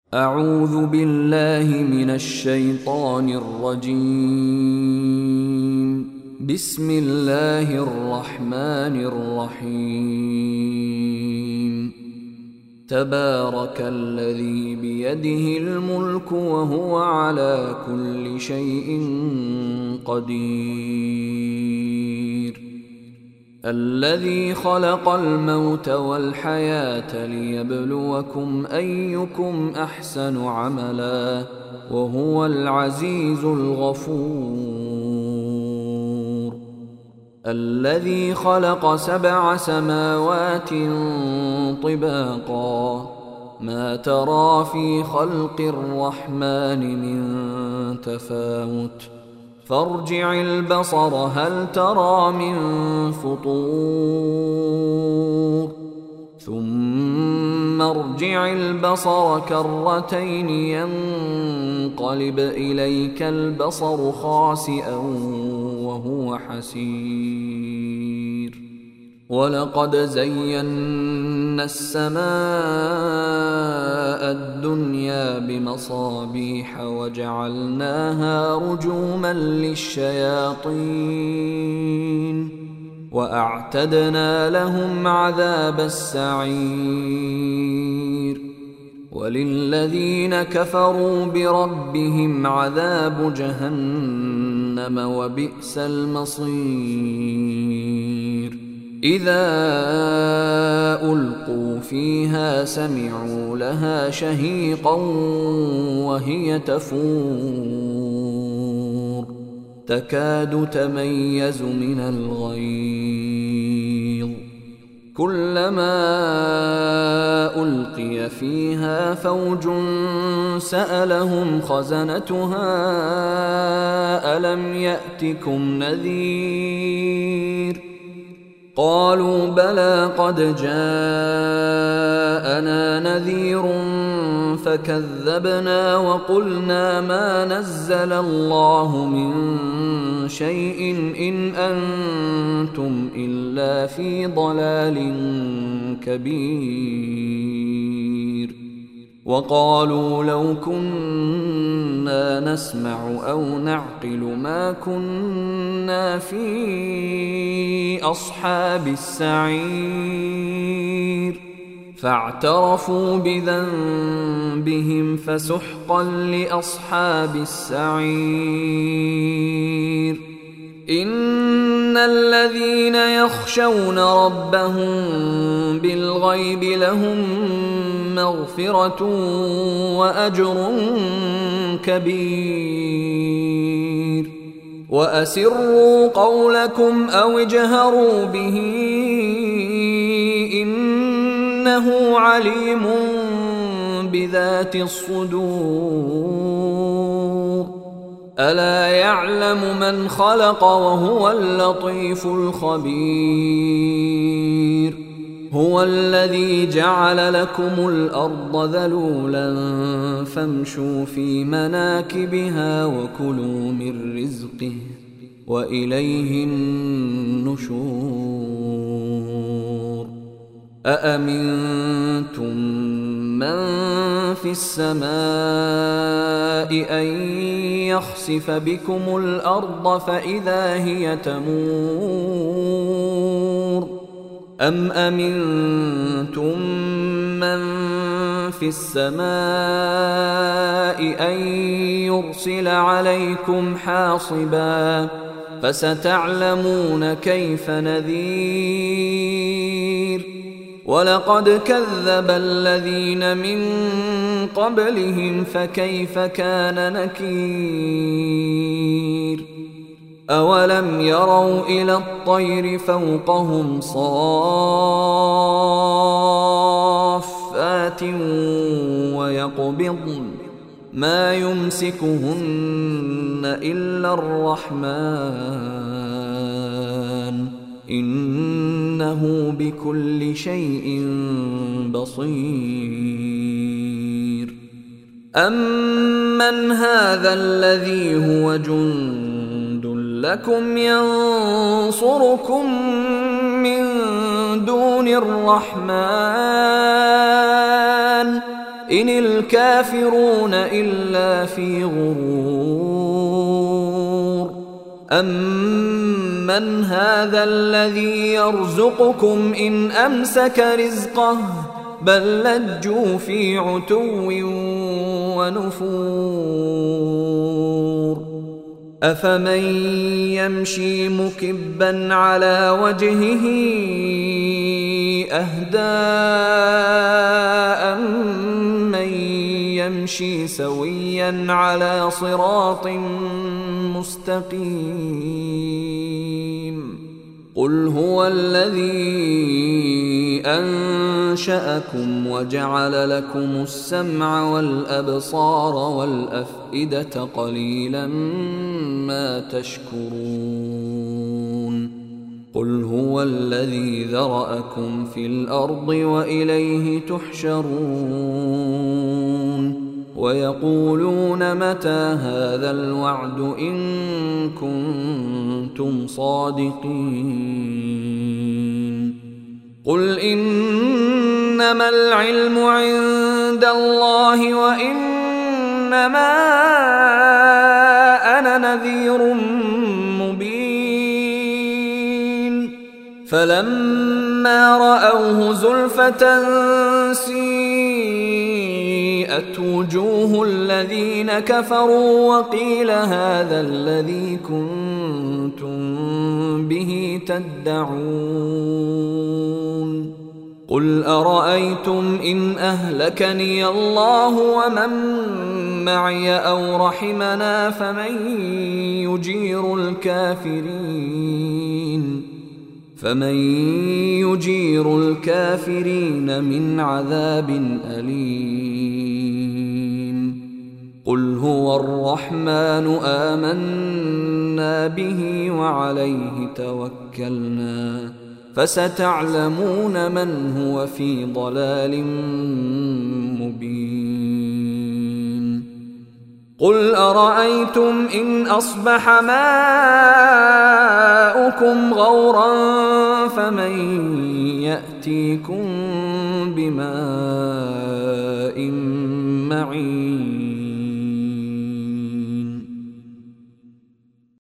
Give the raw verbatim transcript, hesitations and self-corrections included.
أعوذ بالله من الشيطان الرجيم. بسم الله الرحمن الرحيم. تبارك الذي بيده الملك وهو على كل شيء قدير. الذي خلق الموت والحياة ليبلوكم أيكم أحسن عملا وهو العزيز الغفور. الذي خلق سبع سماوات طباقا ما ترى في خلق الرحمن من تفاوت فارجع البصر هل ترى من فطور ثم ارجع البصر كرتين ينقلب إليك البصر خاسئا وهو حسير. ولقد زينا السماء الدنيا بمصابيح وجعلناها رجوما للشياطين وأعتدنا لهم عذاب السعير. وللذين كفروا بربهم عذاب جهنم وبئس المصير. إذا ألقوا فيها سمعوا لها شهيقا وهي تفور تكاد تميز من الغيظ كلما ألقي فيها فوج سألهم خزنتها ألم يأتكم نذير قالوا بلى قد جاءنا نذير فكذبنا وقلنا ما نزل الله من شيء إن أنتم إلا في ضلال كبير. وقالوا لو كنا نسمع أو نعقل ما كنا في أصحاب السعير فاعترفوا بذنبهم فسحقا لأصحاب السعير. إن الذين يخشون ربهم بالغيب لهم مغفرة وأجر كبير. وأسروا قولكم أو اجهروا به إنه عليم بذات الصدور. ألا يعلم من خلق وهو اللطيف الخبير. هو الذي جعل لكم الأرض ذلولا فامشوا في مناكبها وكلوا من رزقه وإليه النشور. أأمنتم من في السماء أن يخسف بكم الأرض فإذا هي تمور أم أمنتم من في السماء أن يرسل عليكم حاصبا فستعلمون كيف نذير. ولقد كذب الذين من قبلهم فكيف كان نكير. أولم يروا إلى الطير فوقهم صافات ويقبضن ما يمسكهن إلا الرحمن إنه بكل شيء بصير. أمن هذا الذي هو جند لكم ينصركم من دون الرحمن إن الكافرون إلا في غرور أمن هذا الذي يرزقكم إن أمسك رزقه بل لجوا في عتو ونفور أفمن يمشي مكبا على وجهه أهدى أمن يمشي سويا على صراط مستقيم قل هو الذي أنشأكم وجعل لكم السمع والأبصار والأفئدة قليلا ما تشكرون قل هو الذي ذرأكم في الأرض وإليه تحشرون ويقولون متى هذا الوعد إن كنتم صادقين قل إنما العلم عند الله وإنما أنا نذير مبين فلما رأوه زلفة سيئت وجوه الذين كفروا وقيل هذا الذي كنتم به تدعون قل أرأيتم إن أهلكني الله ومن معي أو رحمنا فمن يجير الكافرين فمن يجير الكافرين من عذاب أليم قل هو الرحمن آمنا به وعليه توكلنا فستعلمون من هو في ضلال مبين قل أرأيتم إن أصبح ماؤكم غورا فمن يأتيكم بماء معين